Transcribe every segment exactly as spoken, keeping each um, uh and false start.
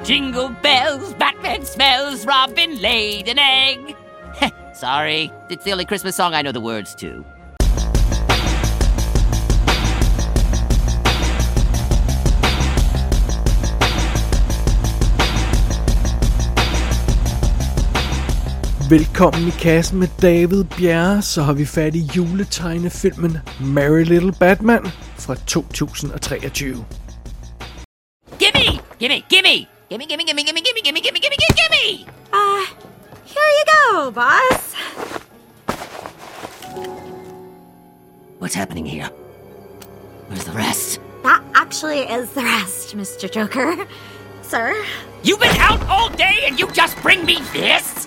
Jingle bells, Batman smells, Robin laid an egg. Sorry, it's the only Christmas song I know the words to. Velkommen i kassen med David Bjerre, så har vi fat i juletegnefilmen Merry Little Batman fra to tusind og treogtyve. Gimme! Gimme! Gimme! Gimme, gimme, gimme, gimme, gimme, gimme, gimme, gimme, gimme, gimme! Uh, here you go, boss. What's happening here? Where's the rest? That actually is the rest, Mister Joker. Sir? You've been out all day and you just bring me this?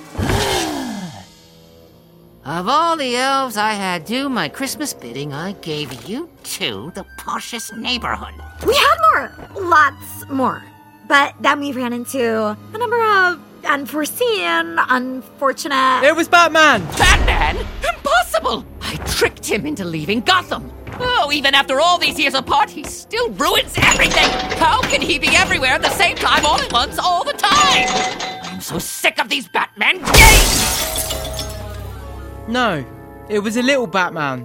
Of all the elves I had do my Christmas bidding, I gave you two the poshest neighborhood. We had more. Lots more. But then we ran into a number of unforeseen, unfortunate... It was Batman! Batman? Impossible! I tricked him into leaving Gotham. Oh, even after all these years apart, he still ruins everything. How can he be everywhere at the same time, all at once, all the time? I'm so sick of these Batman games! No, it was a little Batman.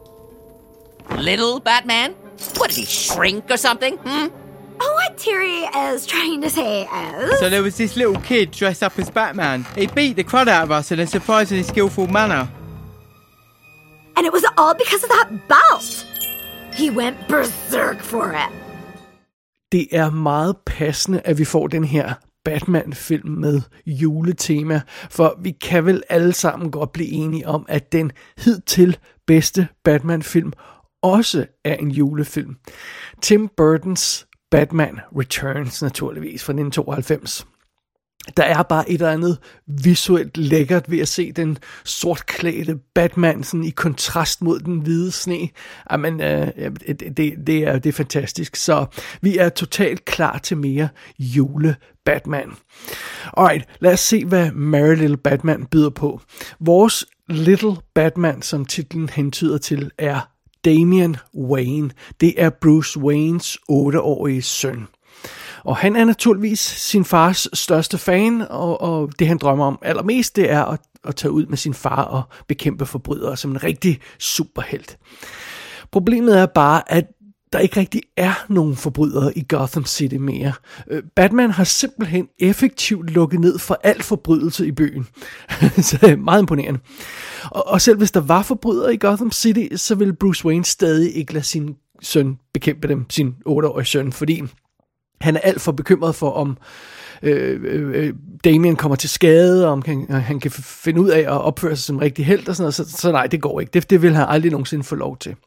Little Batman? What, did he shrink or something? Hmm? Oh, what Terry is trying to say is... So there was this little kid dressed up as Batman. He beat the crud out of us in a surprisingly skillful manner. And it was all because of that belt. He went berserk for it. Det er meget passende, at vi får den her Batman-film med juletema, for vi kan vel alle sammen godt blive enige om, at den hidtil bedste Batman-film også er en julefilm. Tim Burtons Batman Returns, naturligvis, fra nitten tooghalvfems. Der er bare et eller andet visuelt lækkert ved at se den sortklædte Batman sådan i kontrast mod den hvide sne. Jamen, øh, det, det, er, det er fantastisk. Så vi er totalt klar til mere jule-Batman. Alright, lad os se, hvad Merry Little Batman byder på. Vores Little Batman, som titlen hentyder til, er Damian Wayne. Det er Bruce Waynes otteårige søn. Og han er naturligvis sin fars største fan, og, og det han drømmer om allermest, det er at, at tage ud med sin far og bekæmpe forbrydere som en rigtig superhelt. Problemet er bare, at der ikke rigtig er nogen forbrydere i Gotham City mere. Batman har simpelthen effektivt lukket ned for al forbrydelse i byen. Så det er meget imponerende. Og, og selv hvis der var forbrydere i Gotham City, så ville Bruce Wayne stadig ikke lade sin søn bekæmpe dem, sin otteårige søn, fordi han er alt for bekymret for, om øh, øh, Damian kommer til skade, og om han, han kan finde ud af at opføre sig som rigtig helt og sådan noget. Så, så nej, det går ikke. Det, det vil han aldrig nogensinde få lov til.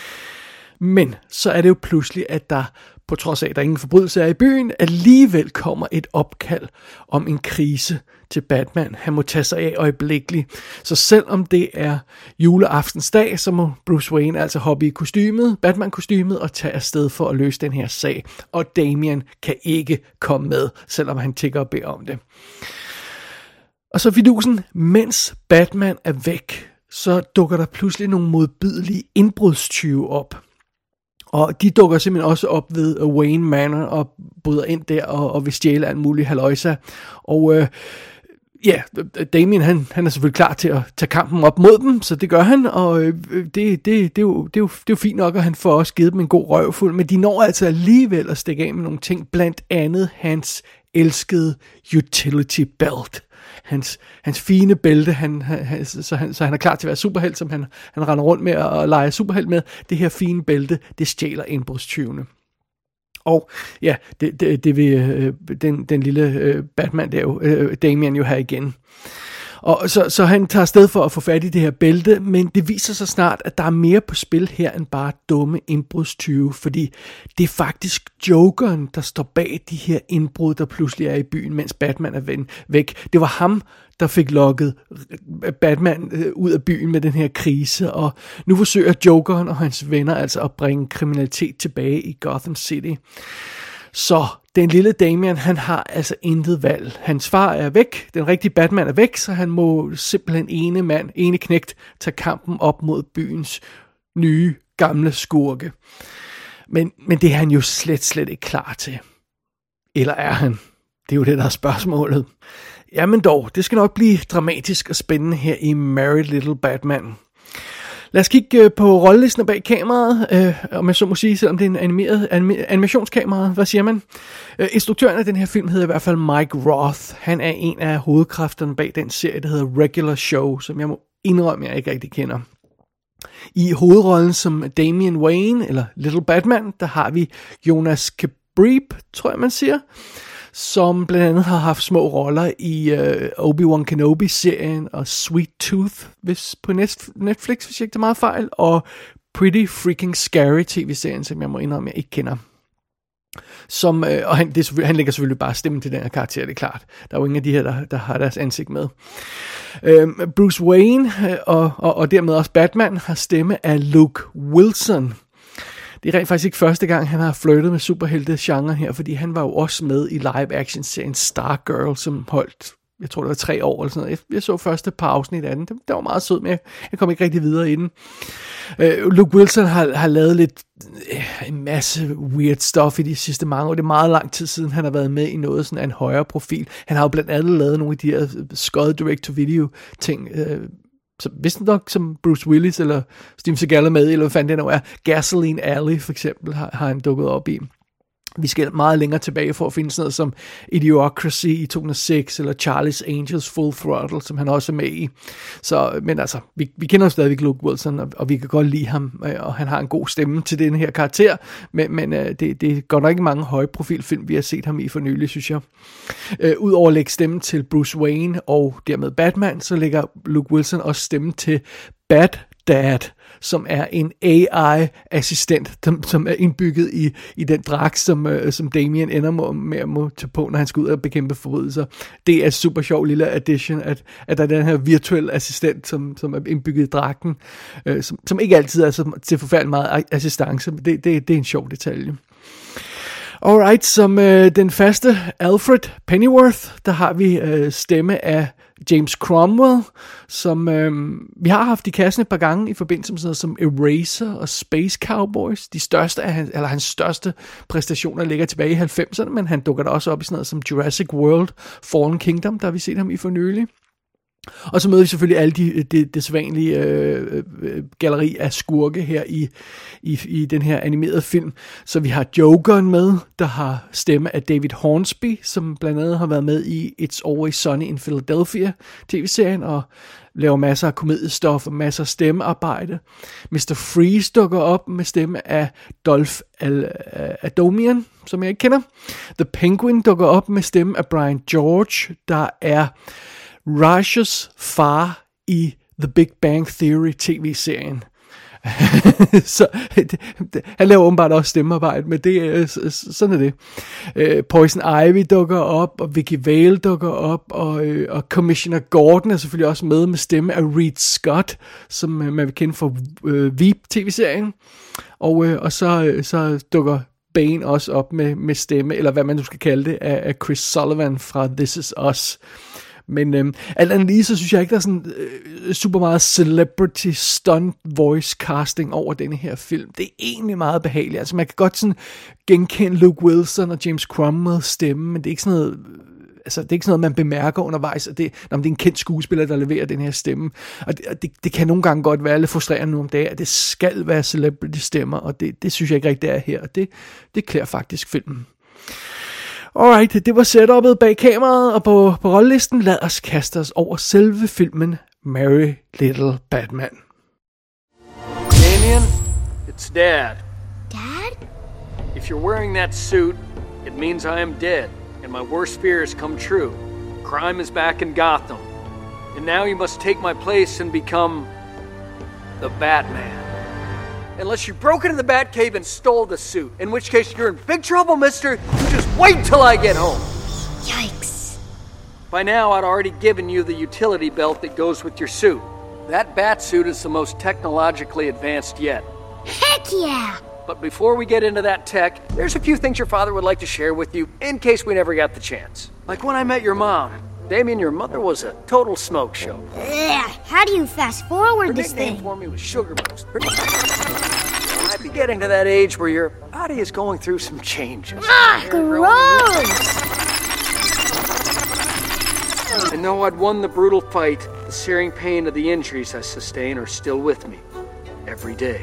Men så er det jo pludselig, at der, på trods af, at der ingen forbrydelse er i byen, alligevel kommer et opkald om en krise til Batman. Han må tage sig af øjeblikkeligt. Så selvom det er juleaftensdag, så må Bruce Wayne altså hoppe i kostymet, Batman-kostymet, og tage afsted for at løse den her sag. Og Damian kan ikke komme med, selvom han tigger og beder om det. Og så fidusen, mens Batman er væk, så dukker der pludselig nogle modbydelige indbrudstyve op. Og de dukker simpelthen også op ved Wayne Manor og bryder ind der og, og vil stjæle alt muligt halløjsa. Og øh, ja, Damian han, han er selvfølgelig klar til at tage kampen op mod dem, så det gør han. Og øh, det, det, det, er jo, det, er jo, det er jo fint nok, at han får også givet dem en god røvfuld. Men de når altså alligevel at stikke af med nogle ting, blandt andet hans elskede utility belt. Hans, hans fine bælte, han, han, så, han, så han er klar til at være superhelt, som han, han render rundt med og leger superhelt med. Det her fine bælte, det stjæler indbrudstyvene. Og ja, det, det, det vil øh, den, den lille øh, Batman der jo, øh, Damian jo have igen. Og så, så han tager afsted for at få fat i det her bælte, men det viser sig snart, at der er mere på spil her end bare dumme indbrudstyve, fordi det er faktisk Jokeren, der står bag de her indbrud, der pludselig er i byen, mens Batman er væk. Det var ham, der fik lokket Batman ud af byen med den her krise, og nu forsøger Jokeren og hans venner altså at bringe kriminalitet tilbage i Gotham City. Så den lille Damian, han har altså intet valg. Hans far er væk, den rigtige Batman er væk, så han må simpelthen ene mand, ene knægt, tage kampen op mod byens nye, gamle skurke. Men, men det er han jo slet, slet ikke klar til. Eller er han? Det er jo det, der er spørgsmålet. Jamen dog, det skal nok blive dramatisk og spændende her i Merry Little Batman. Lad os kigge på rollelisten bag kameraet, øh, om jeg så må sige, selvom det er en animeret anim- animationskamera. Hvad siger man? Øh, instruktøren af den her film hedder i hvert fald Mike Roth. Han er en af hovedkræfterne bag den serie, der hedder Regular Show, som jeg må indrømme, jeg ikke rigtig kender. I hovedrollen som Damian Wayne, eller Little Batman, der har vi Jonas Kebreb, tror jeg man siger, som blandt andet har haft små roller i øh, Obi-Wan Kenobi-serien og Sweet Tooth hvis, på Netflix, hvis jeg ikke tager meget fejl, og Pretty Freaking Scary tv-serien, som jeg må indrømme, jeg ikke kender. Som, øh, og han, det er han lægger selvfølgelig bare stemme til den her karakter, det er klart. Der er jo ingen af de her, der, der har deres ansigt med. Øh, Bruce Wayne øh, og, og, og dermed også Batman har stemme af Luke Wilson. Det er rent faktisk ikke første gang, han har flirtet med superhelte-genre her, fordi han var jo også med i live-action-serien Stargirl, som holdt, jeg tror det var tre år eller sådan noget. Jeg så første par afsnit af den. Det, det var meget sød, men jeg, jeg kom ikke rigtig videre i den. Uh, Luke Wilson har, har lavet lidt uh, en masse weird stuff i de sidste mange år. Det er meget lang tid siden, han har været med i noget sådan af en højere profil. Han har jo blandt andet lavet nogle af de her skøde direct-to-video-ting, uh, så vist nok som Bruce Willis eller Steven Seagal er med, eller hvad fanden det nu er. Gasoline Alley for eksempel har, har han dukket op i. Vi skal meget længere tilbage for at finde sådan noget som Idiocracy i to tusind og seks, eller Charlie's Angels Full Throttle, som han også er med i. Så, men altså, vi, vi kender jo stadigvæk Luke Wilson, og, og vi kan godt lide ham, og han har en god stemme til den her karakter, men, men uh, det, det går nok ikke mange højprofilfilm, vi har set ham i for nylig, synes jeg. Uh, Udover at lægge stemme til Bruce Wayne og dermed Batman, så lægger Luke Wilson også stemme til Bat Dad, som er en A I-assistent, som, som er indbygget i, i den dragt, som, uh, som Damien ender med, med at må tage på, når han skal ud og bekæmpe forbrydelser. Det er super sjov lille addition, at, at der er den her virtuelle assistent, som, som er indbygget i dragten, uh, som, som ikke altid er så, til forfærdelig meget assistance, men det, det, det er en sjov detalje. Alright, som øh, den faste Alfred Pennyworth, der har vi øh, stemme af James Cromwell, som øh, vi har haft i kassen et par gange i forbindelse med sådan noget som Eraser og Space Cowboys. De største af hans, eller hans største præstationer ligger tilbage i halvfemserne, men han dukker da også op i sådan noget som Jurassic World, Fallen Kingdom, der har vi set ham i for nylig. Og så møder vi selvfølgelig alle de, det, det sædvanlige øh, øh, galleri af skurke her i, i, i den her animerede film. Så vi har Jokeren med, der har stemme af David Hornsby, som blandt andet har været med i It's Always Sunny in Philadelphia tv-serien, og laver masser af komediestof og masser af stemmearbejde. mister Freeze dukker op med stemme af Dolph Adomian, som jeg ikke kender. The Penguin dukker op med stemme af Brian George, der er Raj's far i The Big Bang Theory tv-serien. Så det, det, han laver åbenbart også stemmearbejde, men det er sådan er det. Uh, Poison Ivy dukker op, og Vicky Vale dukker op, og, uh, og Commissioner Gordon er selvfølgelig også med med stemme af Reed Scott, som uh, man vil kende fra uh, Veep tv-serien. Og, uh, og så, uh, så dukker Bane også op med, med stemme, eller hvad man nu skal kalde det, af, af Chris Sullivan fra This Is Us. Men øhm, alt andet lige, så synes jeg ikke, der er sådan øh, super meget celebrity stunt voice casting over denne her film. Det er egentlig meget behageligt. Altså man kan godt sådan genkende Luke Wilson og James Cromwells stemme, men det er ikke sådan noget, altså det er ikke sådan noget, man bemærker undervejs, at det, når det er en kendt skuespiller, der leverer den her stemme. Og det, og det, det kan nogle gange godt være lidt frustrerende nogle dage, at det skal være celebrity stemmer, og det, det synes jeg ikke rigtig er her, og det, det klæder faktisk filmen. Alright, det var setupet bag kameraet, og på, på rollelisten lad os kaste os over selve filmen Merry Little Batman. Damien, it's Dad. Dad? If you're wearing that suit, it means I am dead, and my worst fears come true. Crime is back in Gotham, and now you must take my place and become the Batman. Unless you broke into the Batcave and stole the suit, in which case you're in big trouble, mister. You just wait till I get home. Yikes. By now, I'd already given you the utility belt that goes with your suit. That bat suit is the most technologically advanced yet. Heck yeah! But before we get into that tech, there's a few things your father would like to share with you in case we never got the chance. Like when I met your mom. Damien, your mother was a total smoke show. Ugh, how do you fast forward Her this nickname thing? for me was Sugar Boost. Her I might be getting to that age where your body is going through some changes. Ah, You're growing new- gross! And though I'd won the brutal fight, the searing pain of the injuries I sustain are still with me. Every day.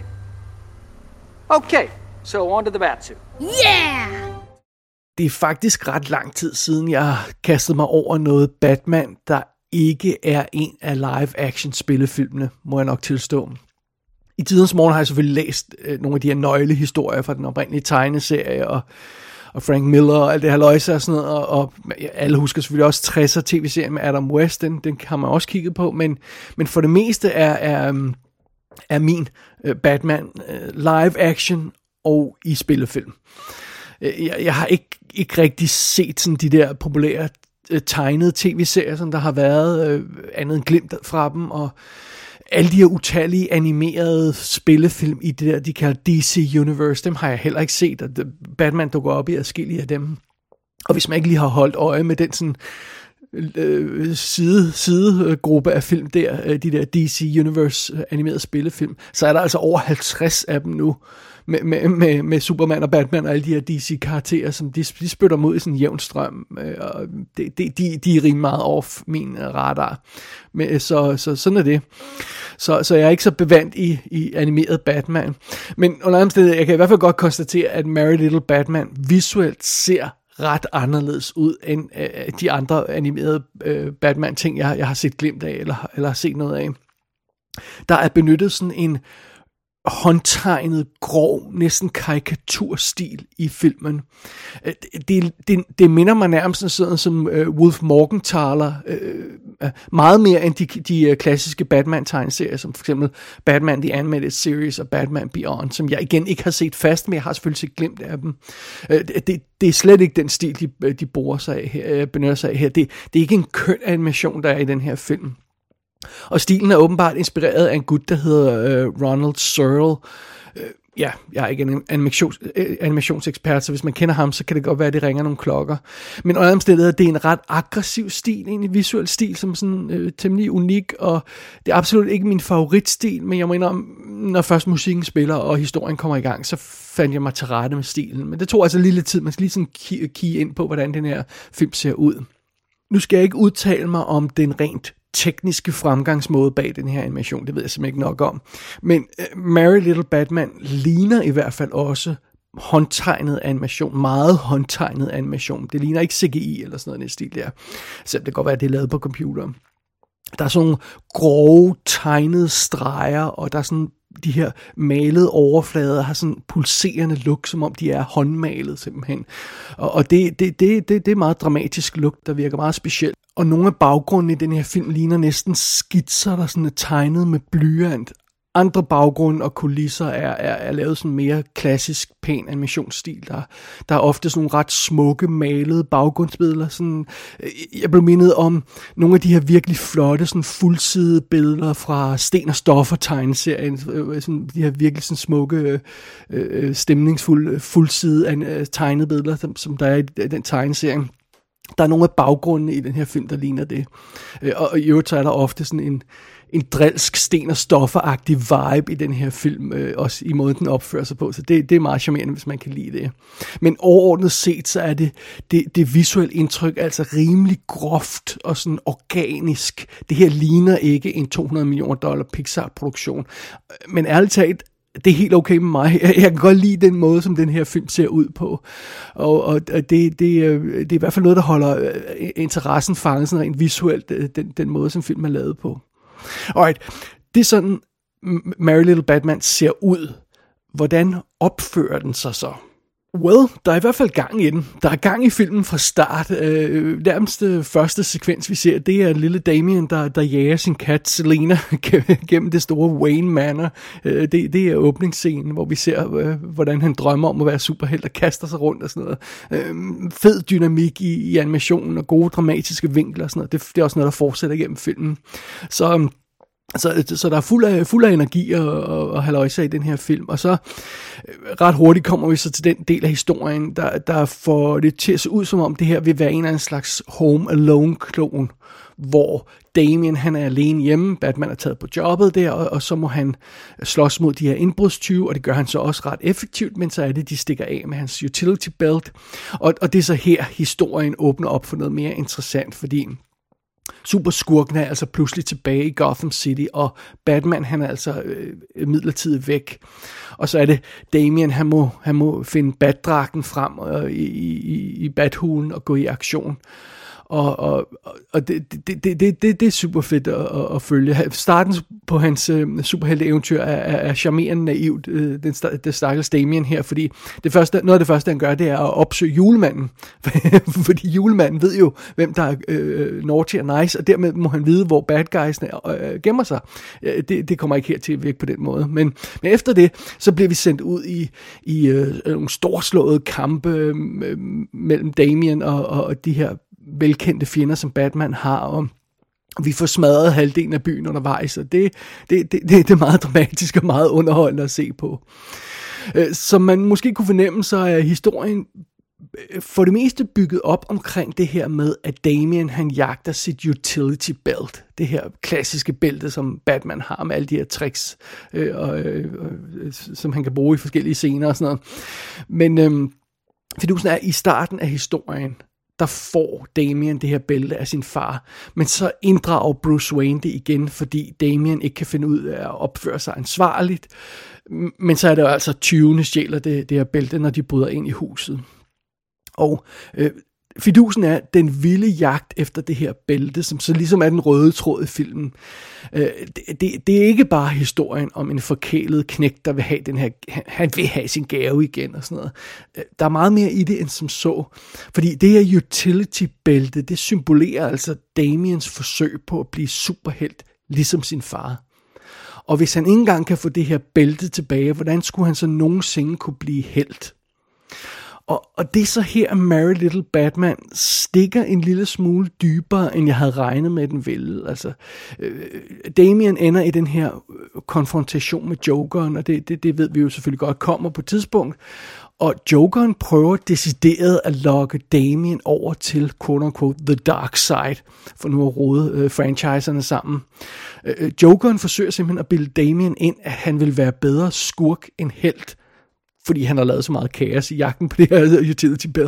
Okay, so on to the Batsuit. Yeah! Det er faktisk ret lang tid siden, jeg har kastet mig over noget Batman, der ikke er en af live-action spillefilmene, må jeg nok tilstå. I tidens morgen har jeg selvfølgelig læst øh, nogle af de her nøglehistorier fra den oprindelige tegneserie, og, og Frank Miller og alt det her løjse og sådan noget, og, og alle husker selvfølgelig også tresser tv-serien med Adam West, den, den har man også kigget på, men, men for det meste er, er, er min øh, Batman øh, live-action og i spillefilm. Jeg, jeg har ikke, ikke rigtig set sådan de der populære øh, tegnede tv-serier, som der har været, øh, andet end glimt fra dem, og alle de her utallige animerede spillefilm i det der, de kalder D C Universe, dem har jeg heller ikke set, og Batman dukker op i adskillige af dem. Og hvis man ikke lige har holdt øje med den sådan øh, side, sidegruppe af film der, de der D C Universe animerede spillefilm, så er der altså over halvtreds af dem nu, med, med, med, med Superman og Batman og alle de her D C-karakterer, som de, de spytter mod i sådan en jævn strøm, og de, de, de, de er rimelig meget off min radar. Men, så, så sådan er det. Så, så jeg er ikke så bevandt i, i animeret Batman. Men under andre steder, jeg kan i hvert fald godt konstatere, at Merry Little Batman visuelt ser ret anderledes ud end øh, de andre animerede øh, Batman-ting, jeg, jeg har set glimt af, eller, eller har set noget af. Der er benyttet sådan en håndtegnet, grov, næsten karikaturstil i filmen. Det, det, det minder mig nærmest sådan som uh, Wolf Morgenthaler, uh, meget mere end de, de uh, klassiske Batman-tegneserier, som for eksempel Batman The Animated Series og Batman Beyond, som jeg igen ikke har set fast, men jeg har selvfølgelig set glimt af dem. Uh, det, det er slet ikke den stil, de, de bruger sig af her, benytter sig af her. Det, det er ikke en køn animation, der er i den her film. Og stilen er åbenbart inspireret af en gut, der hedder øh, Ronald Searle. Øh, ja, jeg er ikke en animations, øh, animationsekspert, så hvis man kender ham, så kan det godt være, at det ringer nogle klokker. Men under omstændigheder, det er en ret aggressiv stil, en visuel stil, som sådan øh, temmelig unik, og det er absolut ikke min favoritstil, men jeg må indrømme, når først musikken spiller, og historien kommer i gang, så fandt jeg mig til rette med stilen. Men det tog altså lige lidt tid, man skal lige sådan kigge ind på, hvordan den her film ser ud. Nu skal jeg ikke udtale mig om den rent tekniske fremgangsmåde bag den her animation, det ved jeg simpelthen ikke nok om. Men uh, Merry Little Batman ligner i hvert fald også håndtegnet animation, meget håndtegnet animation. Det ligner ikke C G I eller sådan noget i den stil der, selvom det kan godt være, at det er lavet på computeren. Der er sådan nogle grove, tegnede streger, og der er sådan de her malede overflader har sådan pulserende look, som om de er håndmalet simpelthen. Og, og det, det, det, det, det er meget dramatisk look, der virker meget specielt. Og nogle af baggrundene i den her film ligner næsten skitser, der sådan er tegnet med blyant. Andre baggrunde og kulisser er, er, er lavet sådan mere klassisk, pæn animationsstil. Der, der er ofte sådan nogle ret smukke, malede baggrundsbilleder. Sådan, jeg blev mindet om nogle af de her virkelig flotte, sådan fuldsidede billeder fra Sten og Stoffer tegneserien. Sådan, de her virkelig sådan smukke, øh, stemningsfulde, fuldsidede tegnede billeder, som, som der er i den tegneserie. Der er nogle af baggrundene i den her film, der ligner det. Og i øvrigt så er der ofte sådan en, en drilsk, Sten og Stoffer-agtig vibe i den her film, øh, også i måden den opfører sig på. Så det, det er meget charmerende, hvis man kan lide det. Men overordnet set, så er det, det, det visuelle indtryk altså rimelig groft og sådan organisk. Det her ligner ikke en to hundrede millioner dollar Pixar-produktion. Men ærligt talt, det er helt okay med mig. Jeg, jeg kan godt lide den måde, som den her film ser ud på. Og, og det, det, det er i hvert fald noget, der holder interessen fanget sådan rent visuelt, den, den måde, som filmen er lavet på. Alright, det er sådan, Merry Little Batman ser ud. Hvordan opfører den sig så? Well, der er i hvert fald gang i den. Der er gang i filmen fra start. Øh, nærmest første sekvens, vi ser, det er lille Damien, der, der jager sin kat Selena gennem det store Wayne Manor. Øh, det, det er åbningsscenen, hvor vi ser, øh, hvordan han drømmer om at være superhelt og kaster sig rundt og sådan noget. Øh, fed dynamik i, i animationen og gode dramatiske vinkler og sådan noget. Det, det er også noget, der fortsætter gennem filmen. Så... Så, så der er fuld af, fuld af energi og, og, og halløjse i den her film. Og så ret hurtigt kommer vi så til den del af historien, der, der får det til at se ud som om det her vil være en eller anden slags Home Alone-klon, hvor Damien han er alene hjemme, Batman er taget på jobbet der, og, og så må han slås mod de her indbrudstyve, og det gør han så også ret effektivt, men så er det, de stikker af med hans utility belt. Og, og det er så her, historien åbner op for noget mere interessant, fordi Superskurken er altså pludselig tilbage i Gotham City, og Batman, han er altså øh, midlertidigt væk. Og så er det Damian, han må, han må finde Batdragten frem øh, i, i, i Bathulen og gå i aktion. Og, og, og det, det, det, det, det, det er super fedt at, at, at følge. Starten på hans uh, superhelte-eventyr er, er, er charmerende naivt, uh, den, det stakkels Damian her, fordi det første, noget af det første, han gør, det er at opsøge julemanden. Fordi julemanden ved jo, hvem der er uh, naughty og nice, og dermed må han vide, hvor bad guysene uh, gemmer sig. Uh, det, det kommer ikke her til at virke på den måde. Men, men efter det, så bliver vi sendt ud i, i uh, nogle storslåede kampe uh, mellem Damian og, og, og de her velkendte fjender, som Batman har, og vi får smadret halvdelen af byen undervejs, og det, det, det, det er meget dramatisk og meget underholdende at se på. Som man måske kunne fornemme, så er historien for det meste bygget op omkring det her med, at Damian, han jagter sit utility belt. Det her klassiske bælte, som Batman har med alle de her tricks, øh, og, øh, som han kan bruge i forskellige scener og sådan noget. Men øh, fidusen er, i starten af historien, der får Damian det her bælte af sin far, men så inddrager Bruce Wayne det igen, fordi Damian ikke kan finde ud af at opføre sig ansvarligt, men så er det jo altså tyvene stjæler det, det her bælte, når de bryder ind i huset. Og øh, fidusen er den vilde jagt efter det her bælte, som så ligesom er den røde tråd i filmen. Øh, det, det, det er ikke bare historien om en forkælet knægt, der vil have den her, han vil have sin gave igen og sådan noget. Øh, der er meget mere i det end som så. Fordi det her utility-bælte, det symbolerer altså Damians forsøg på at blive superhelt, ligesom sin far. Og hvis han ikke engang kan få det her bælte tilbage, hvordan skulle han så nogensinde kunne blive helt? Og, og det er så her, at Merry Little Batman stikker en lille smule dybere, end jeg havde regnet med, den ville. Altså, øh, Damian ender i den her konfrontation med Jokeren, og det, det, det ved vi jo selvfølgelig godt kommer på et tidspunkt. Og Jokeren prøver decideret at lokke Damian over til, quote-unquote, the dark side, for nu at rode øh, franchiserne sammen. Øh, Jokeren forsøger simpelthen at bilde Damian ind, at han vil være bedre skurk end helt, fordi han har lavet så meget kaos i jagten på det her utility belt.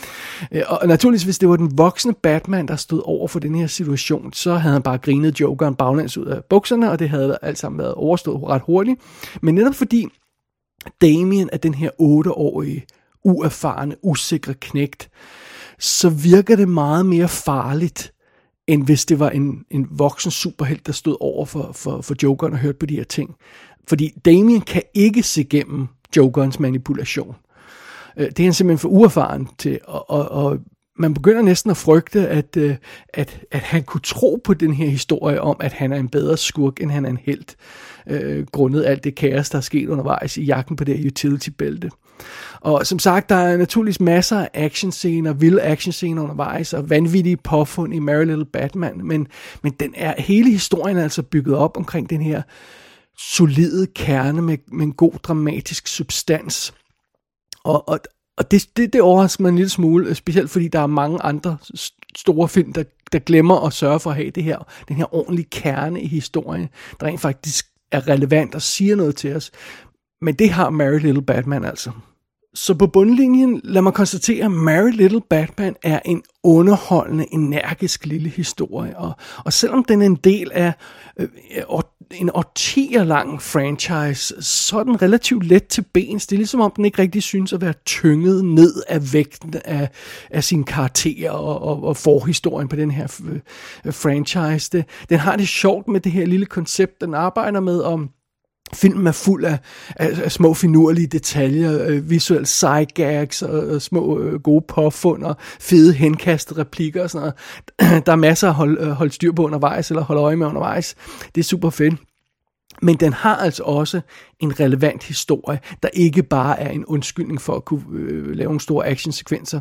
Og naturligvis, hvis det var den voksne Batman, der stod over for den her situation, så havde han bare grinet Jokeren baglæns ud af bukserne, og det havde alt sammen været overstået ret hurtigt. Men netop fordi Damian er den her otteårige, uerfarne, usikre knægt, så virker det meget mere farligt, end hvis det var en, en voksen superhelt, der stod over for, for, for Jokeren og hørte på de her ting. Fordi Damian kan ikke se gennem Jokerens manipulation. Det er han simpelthen for uerfaren til, og, og, og man begynder næsten at frygte, at, at, at han kunne tro på den her historie om, at han er en bedre skurk, end han er en helt, øh, grundet alt det kaos, der er sket undervejs i jagten på det her utility-bælte. Og som sagt, der er naturligvis masser af actionscener, vilde actionscener undervejs, og vanvittige påfund i Merry Little Batman, men, men den er, hele historien er altså bygget op omkring den her solide kerne med, med en god dramatisk substans. Og, og, og det, det, det overrasker mig en lille smule, specielt fordi der er mange andre store film, der, der glemmer at sørge for at have det her, den her ordentlige kerne i historien, der rent faktisk er relevant og siger noget til os. Men det har Merry Little Batman altså. Så på bundlinjen, lad mig konstatere, at Merry Little Batman er en underholdende, energisk lille historie. Og, og selvom den er en del af øh, en årtier lang franchise, så er den relativt let til bens. Det er ligesom om, den ikke rigtig synes at være tynget ned af vægten af, af sine karakterer og, og, og forhistorien på den her øh, franchise. Det, den har det sjovt med det her lille koncept, den arbejder med om. Filmen er fuld af, af, af små finurlige detaljer, øh, visuelle sidegags og, og små øh, gode påfund og fede henkastede replikker og sådan noget. Der er masser at holde, øh, holde styr på undervejs eller holde øje med undervejs. Det er super fedt. Men den har altså også en relevant historie, der ikke bare er en undskyldning for at kunne øh, lave nogle store actionsekvenser.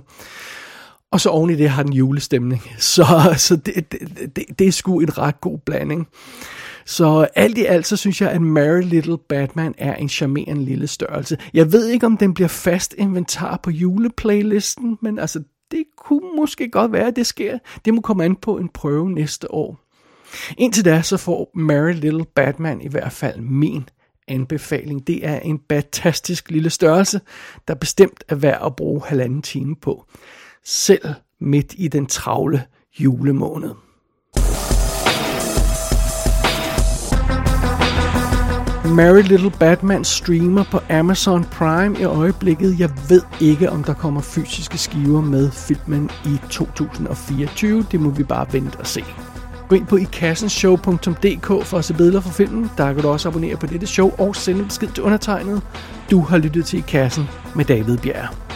Og så oven i det har den julestemning. Så, så det, det, det, det er sgu en ret god blanding. Så alt i alt, så synes jeg, at Merry Little Batman er en charmerende lille størrelse. Jeg ved ikke, om den bliver fast inventar på juleplaylisten, men altså, det kunne måske godt være, at det sker. Det må komme an på en prøve næste år. Indtil da, så får Merry Little Batman i hvert fald min anbefaling. Det er en fantastisk lille størrelse, der bestemt er værd at bruge halvanden time på. Selv midt i den travle julemåned. Merry Little Batman streamer på Amazon Prime i øjeblikket. Jeg ved ikke, om der kommer fysiske skiver med filmen i to tusind og fireogtyve. Det må vi bare vente og se. Gå ind på i kassen show punktum d k for at se billeder fra filmen. Der kan du også abonnere på dette show og sende besked til undertegnet. Du har lyttet til I Kassen med David Bjerg.